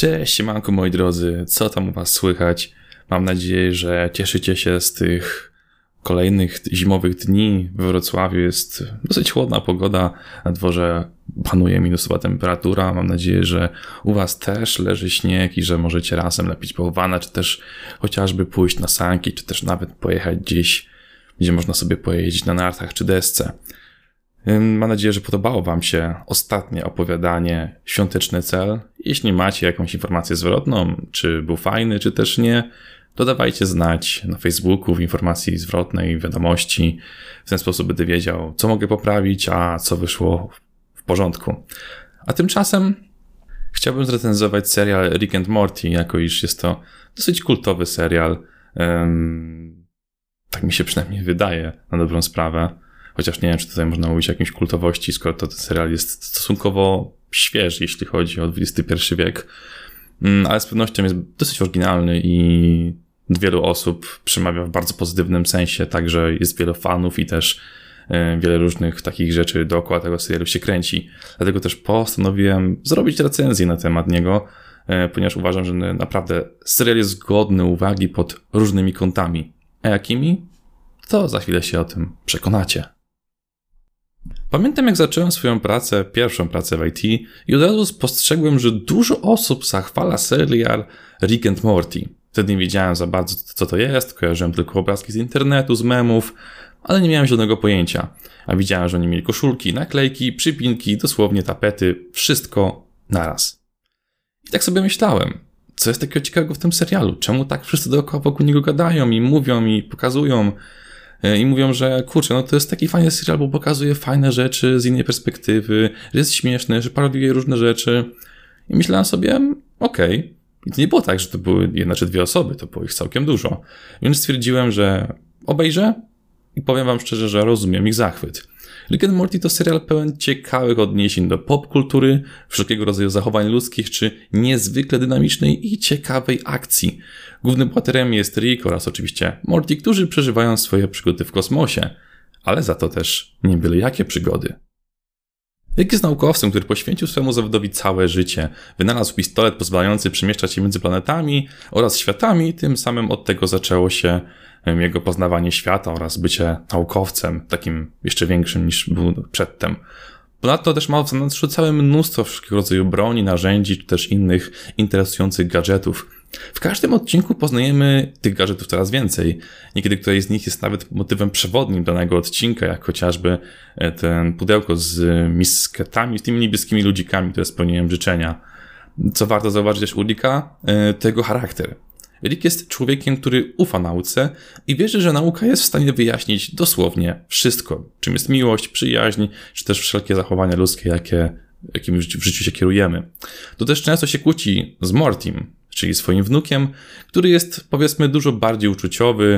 Cześć, siemanko moi drodzy, co tam u was słychać? Mam nadzieję, że cieszycie się z tych kolejnych zimowych dni. We Wrocławiu jest dosyć chłodna pogoda, na dworze panuje minusowa temperatura. Mam nadzieję, że u was też leży śnieg i że możecie razem napić bałwana, czy też chociażby pójść na sanki, czy też nawet pojechać gdzieś, gdzie można sobie pojeździć na nartach czy desce. Mam nadzieję, że podobało wam się ostatnie opowiadanie Świąteczny cel. Jeśli macie jakąś informację zwrotną, czy był fajny, czy też nie, to dawajcie znać na Facebooku w informacji zwrotnej, wiadomości. W ten sposób będę wiedział, co mogę poprawić, a co wyszło w porządku. A tymczasem chciałbym zrecenzować serial Rick and Morty, jako iż jest to dosyć kultowy serial. Tak mi się przynajmniej wydaje, na dobrą sprawę. Chociaż nie wiem, czy tutaj można mówić o jakiejś kultowości, skoro to ten serial jest stosunkowo świeży, jeśli chodzi o XXI wiek. Ale z pewnością jest dosyć oryginalny i wielu osób przemawia w bardzo pozytywnym sensie, także jest wiele fanów i też wiele różnych takich rzeczy dookoła tego serialu się kręci. Dlatego też postanowiłem zrobić recenzję na temat niego, ponieważ uważam, że naprawdę serial jest godny uwagi pod różnymi kątami. A jakimi? To za chwilę się o tym przekonacie. Pamiętam, jak zacząłem swoją pracę, pierwszą pracę w IT i od razu spostrzegłem, że dużo osób zachwala serial Rick and Morty. Wtedy nie wiedziałem za bardzo, co to jest, kojarzyłem tylko obrazki z internetu, z memów, ale nie miałem żadnego pojęcia. A widziałem, że oni mieli koszulki, naklejki, przypinki, dosłownie tapety, wszystko naraz. I tak sobie myślałem, co jest takiego ciekawego w tym serialu? Czemu tak wszyscy dookoła wokół niego gadają i mówią i pokazują? I mówią, że kurczę, no to jest taki fajny serial, bo pokazuje fajne rzeczy z innej perspektywy, że jest śmieszny, że parodiuje różne rzeczy. I myślałem sobie, okej. I to nie było tak, że to były jedna czy dwie osoby, to było ich całkiem dużo. Więc stwierdziłem, że obejrzę i powiem wam szczerze, że rozumiem ich zachwyt. Rick and Morty to serial pełen ciekawych odniesień do popkultury, wszelkiego rodzaju zachowań ludzkich, czy niezwykle dynamicznej i ciekawej akcji. Głównym bohaterem jest Rick oraz oczywiście Morty, którzy przeżywają swoje przygody w kosmosie, ale za to też nie byle jakie przygody. Rick jest naukowcem, który poświęcił swemu zawodowi całe życie. Wynalazł pistolet pozwalający przemieszczać się między planetami oraz światami, tym samym od tego zaczęło się jego poznawanie świata oraz bycie naukowcem, takim jeszcze większym niż był przedtem. Ponadto też ma w zanadrzu całe mnóstwo wszelkiego rodzaju broni, narzędzi, czy też innych interesujących gadżetów. W każdym odcinku poznajemy tych gadżetów coraz więcej. Niekiedy któreś z nich jest nawet motywem przewodnim danego odcinka, jak chociażby ten pudełko z misketami, z tymi niebieskimi ludzikami, które spełniają życzenia. Co warto zauważyć też u Ricka, to jego charakter. Rick jest człowiekiem, który ufa nauce i wierzy, że nauka jest w stanie wyjaśnić dosłownie wszystko. Czym jest miłość, przyjaźń, czy też wszelkie zachowania ludzkie, jakim w życiu się kierujemy. To też często się kłóci z Mortym, czyli swoim wnukiem, który jest, powiedzmy, dużo bardziej uczuciowy,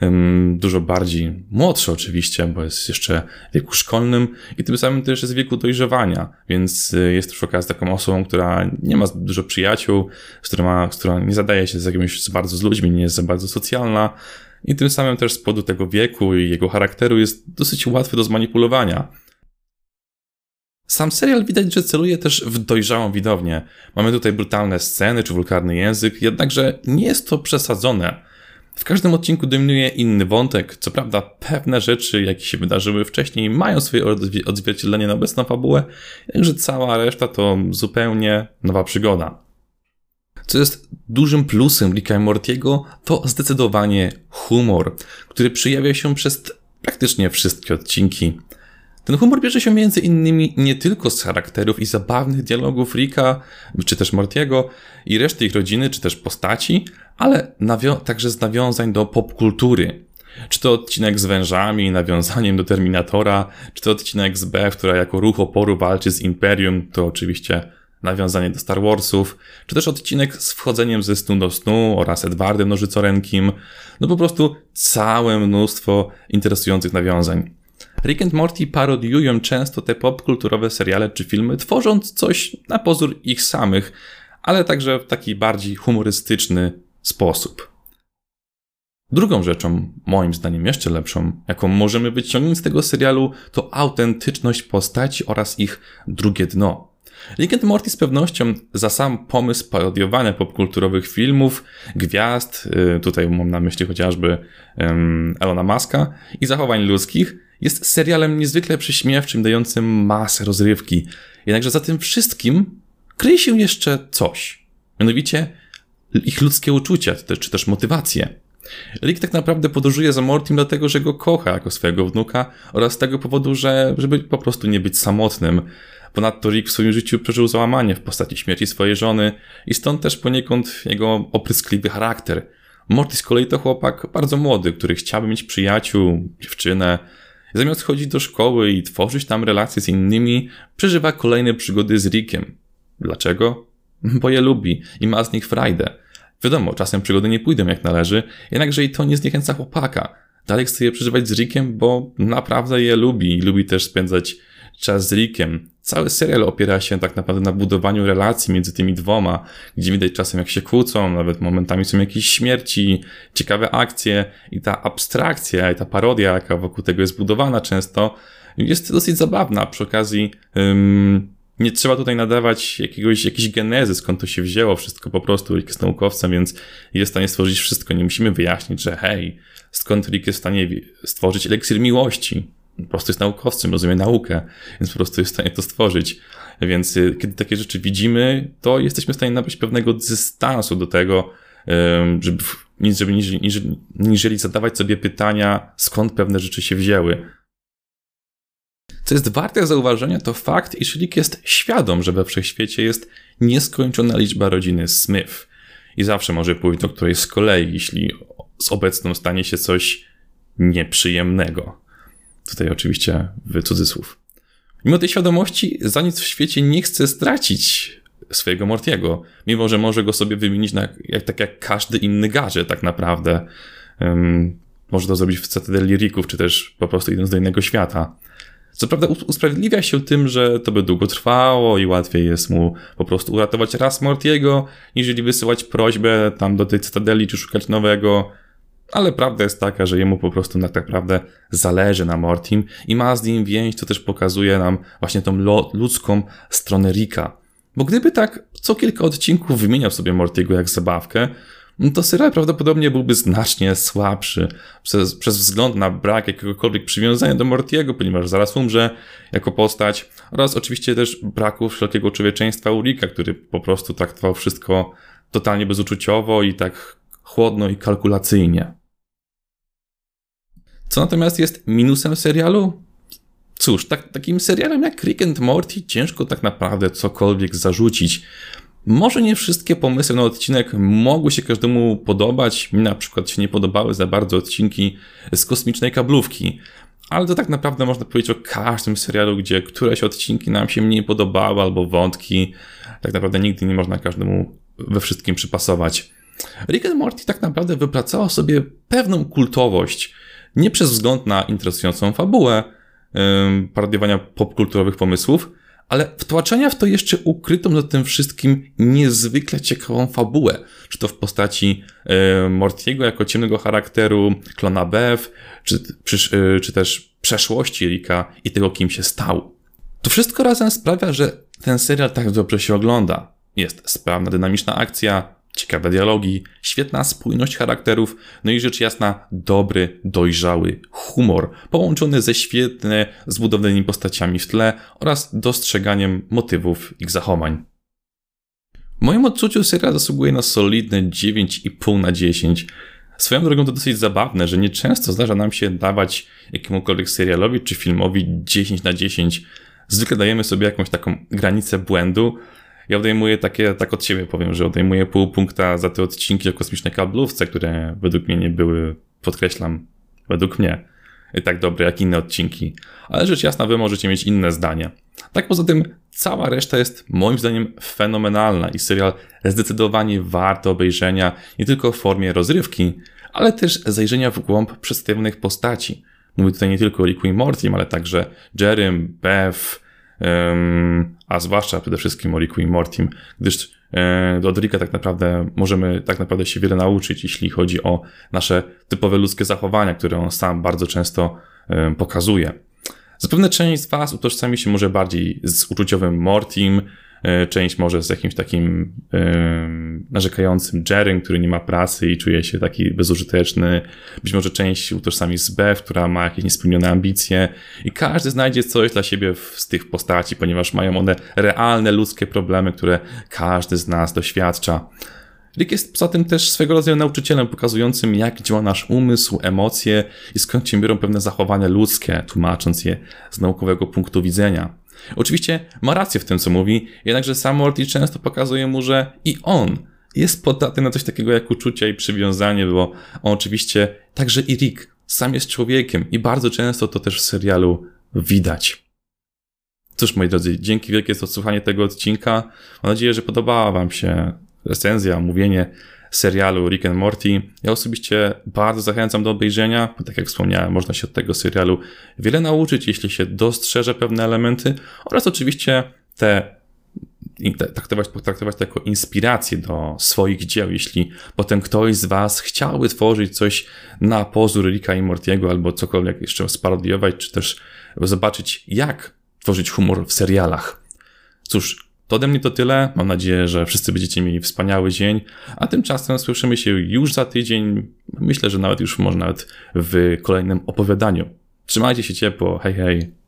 dużo bardziej młodszy oczywiście, bo jest jeszcze w wieku szkolnym i tym samym też jest w wieku dojrzewania, więc jest przy okazji taką osobą, która nie ma zbyt dużo przyjaciół, która nie zadaje się za bardzo z ludźmi, nie jest za bardzo socjalna i tym samym też z powodu tego wieku i jego charakteru jest dosyć łatwy do zmanipulowania. Sam serial widać, że celuje też w dojrzałą widownię. Mamy tutaj brutalne sceny czy wulgarny język, jednakże nie jest to przesadzone. W każdym odcinku dominuje inny wątek. Co prawda pewne rzeczy, jakie się wydarzyły wcześniej, mają swoje odzwierciedlenie na obecną fabułę, jednakże cała reszta to zupełnie nowa przygoda. Co jest dużym plusem Ricka i Mortiego, to zdecydowanie humor, który przejawia się przez praktycznie wszystkie odcinki. Ten humor bierze się między innymi nie tylko z charakterów i zabawnych dialogów Ricka, czy też Mortiego i reszty ich rodziny, czy też postaci, ale także z nawiązań do popkultury. Czy to odcinek z wężami, nawiązaniem do Terminatora, czy to odcinek z Beth, która jako ruch oporu walczy z Imperium, to oczywiście nawiązanie do Star Warsów, czy też odcinek z wchodzeniem ze snu do snu oraz Edwardem Nożycorenkim. No po prostu całe mnóstwo interesujących nawiązań. Rick and Morty parodiują często te popkulturowe seriale czy filmy, tworząc coś na pozór ich samych, ale także w taki bardziej humorystyczny sposób. Drugą rzeczą, moim zdaniem jeszcze lepszą, jaką możemy wyciągnąć z tego serialu, to autentyczność postaci oraz ich drugie dno. Rick and Morty z pewnością za sam pomysł parodiowania popkulturowych filmów, gwiazd, tutaj mam na myśli chociażby Elona Muska, i zachowań ludzkich, jest serialem niezwykle prześmiewczym, dającym masę rozrywki. Jednakże za tym wszystkim kryje się jeszcze coś. Mianowicie ich ludzkie uczucia, czy też motywacje. Rick tak naprawdę podróżuje za Mortym dlatego, że go kocha jako swojego wnuka oraz z tego powodu, żeby po prostu nie być samotnym. Ponadto Rick w swoim życiu przeżył załamanie w postaci śmierci swojej żony i stąd też poniekąd jego opryskliwy charakter. Morty z kolei to chłopak bardzo młody, który chciałby mieć przyjaciół, dziewczynę. Zamiast chodzić do szkoły i tworzyć tam relacje z innymi, przeżywa kolejne przygody z Rickiem. Dlaczego? Bo je lubi i ma z nich frajdę. Wiadomo, czasem przygody nie pójdą jak należy, jednakże i to nie zniechęca chłopaka. Dalej chce je przeżywać z Rickiem, bo naprawdę je lubi i lubi też spędzać czas z Rickiem. Cały serial opiera się tak naprawdę na budowaniu relacji między tymi dwoma, gdzie widać czasem jak się kłócą, nawet momentami są jakieś śmierci, ciekawe akcje i ta abstrakcja i ta parodia, jaka wokół tego jest budowana często, jest dosyć zabawna. Przy okazji nie trzeba tutaj nadawać jakiejś genezy, skąd to się wzięło, wszystko po prostu. Rick jest naukowcem, więc jest w stanie stworzyć wszystko. Nie musimy wyjaśnić, że hej, skąd Rick jest w stanie stworzyć eliksir miłości. Po prostu jest naukowcem, rozumie naukę, więc po prostu jest w stanie to stworzyć. Więc kiedy takie rzeczy widzimy, to jesteśmy w stanie nabrać pewnego dystansu do tego, niżeli zadawać sobie pytania, skąd pewne rzeczy się wzięły. Co jest warte zauważenia, to fakt, iż Rick jest świadom, że we wszechświecie jest nieskończona liczba rodziny Smith i zawsze może pójść do którejś z kolei, jeśli z obecną stanie się coś nieprzyjemnego. Tutaj oczywiście w cudzysłów. Mimo tej świadomości za nic w świecie nie chce stracić swojego Mortiego, mimo że może go sobie wymienić tak jak każdy inny gadżet tak naprawdę. Może to zrobić w Cytadeli Ricków, czy też po prostu idąc do innego świata. Co prawda usprawiedliwia się tym, że to by długo trwało i łatwiej jest mu po prostu uratować raz Mortiego, niżeli wysyłać prośbę tam do tej Cytadeli, czy szukać nowego. Ale prawda jest taka, że jemu po prostu tak naprawdę zależy na Mortim i ma z nim więź, co też pokazuje nam właśnie tą ludzką stronę Ricka. Bo gdyby tak co kilka odcinków wymieniał sobie Mortiego jak zabawkę, to serial prawdopodobnie byłby znacznie słabszy przez wzgląd na brak jakiegokolwiek przywiązania do Mortiego, ponieważ zaraz umrze jako postać oraz oczywiście też braku wszelkiego człowieczeństwa u Ricka, który po prostu traktował wszystko totalnie bezuczuciowo i tak chłodno i kalkulacyjnie. Co natomiast jest minusem serialu? Cóż, takim serialem jak Rick and Morty ciężko tak naprawdę cokolwiek zarzucić. Może nie wszystkie pomysły na odcinek mogły się każdemu podobać. Mi na przykład się nie podobały za bardzo odcinki z Kosmicznej Kablówki. Ale to tak naprawdę można powiedzieć o każdym serialu, gdzie któreś odcinki nam się mniej podobały albo wątki. Tak naprawdę nigdy nie można każdemu we wszystkim przypasować. Rick and Morty tak naprawdę wypracował sobie pewną kultowość. Nie przez wzgląd na interesującą fabułę parodiowania popkulturowych pomysłów, ale wtłaczania w to jeszcze ukrytą za tym wszystkim niezwykle ciekawą fabułę. Czy to w postaci Mortiego jako ciemnego charakteru, klona Beth, czy też przeszłości Ricka i tego, kim się stał. To wszystko razem sprawia, że ten serial tak dobrze się ogląda. Jest sprawna, dynamiczna akcja, ciekawe dialogi, świetna spójność charakterów, no i rzecz jasna dobry, dojrzały humor, połączony ze świetnie zbudowanymi postaciami w tle oraz dostrzeganiem motywów ich zachowań. W moim odczuciu serial zasługuje na solidne 9,5 na 10. Swoją drogą to dosyć zabawne, że nieczęsto zdarza nam się dawać jakiemukolwiek serialowi czy filmowi 10 na 10. Zwykle dajemy sobie jakąś taką granicę błędu. Ja odejmuję tak od siebie powiem, że odejmuję pół punkta za te odcinki o Kosmicznej Kablówce, które według mnie nie były, podkreślam, według mnie, tak dobre jak inne odcinki. Ale rzecz jasna, wy możecie mieć inne zdanie. Tak poza tym, cała reszta jest moim zdaniem fenomenalna i serial zdecydowanie wart obejrzenia nie tylko w formie rozrywki, ale też zajrzenia w głąb przedstawionych postaci. Mówię tutaj nie tylko o Ricku i Mortym, ale także Jerrym, Beth, a zwłaszcza przede wszystkim o Ricku i Mortym, gdyż od Ricka tak naprawdę możemy się wiele nauczyć, jeśli chodzi o nasze typowe ludzkie zachowania, które on sam bardzo często pokazuje. Zapewne część z was utożsami się może bardziej z uczuciowym Mortym, część może z jakimś takim narzekającym Jerrym, który nie ma pracy i czuje się taki bezużyteczny. Być może część utożsami z Beth, która ma jakieś niespełnione ambicje i każdy znajdzie coś dla siebie z tych postaci, ponieważ mają one realne ludzkie problemy, które każdy z nas doświadcza. Rick jest poza tym też swego rodzaju nauczycielem pokazującym, jak działa nasz umysł, emocje i skąd się biorą pewne zachowania ludzkie, tłumacząc je z naukowego punktu widzenia. Oczywiście ma rację w tym, co mówi, jednakże sam Morty często pokazuje mu, że i on jest podatny na coś takiego jak uczucia i przywiązanie, bo on oczywiście, także i Rick, sam jest człowiekiem i bardzo często to też w serialu widać. Cóż, moi drodzy, dzięki wielkie za odsłuchanie tego odcinka. Mam nadzieję, że podobała wam się recenzja, omówienie serialu Rick and Morty. Ja osobiście bardzo zachęcam do obejrzenia, bo tak jak wspomniałem, można się od tego serialu wiele nauczyć, jeśli się dostrzeże pewne elementy oraz oczywiście potraktować to jako inspirację do swoich dzieł. Jeśli potem ktoś z was chciałby tworzyć coś na pozór Ricka i Mortiego albo cokolwiek jeszcze sparodiować, czy też zobaczyć, jak tworzyć humor w serialach. Cóż, to ode mnie to tyle. Mam nadzieję, że wszyscy będziecie mieli wspaniały dzień, a tymczasem słyszymy się już za tydzień. Myślę, że nawet już może nawet w kolejnym opowiadaniu. Trzymajcie się ciepło. Hej, hej.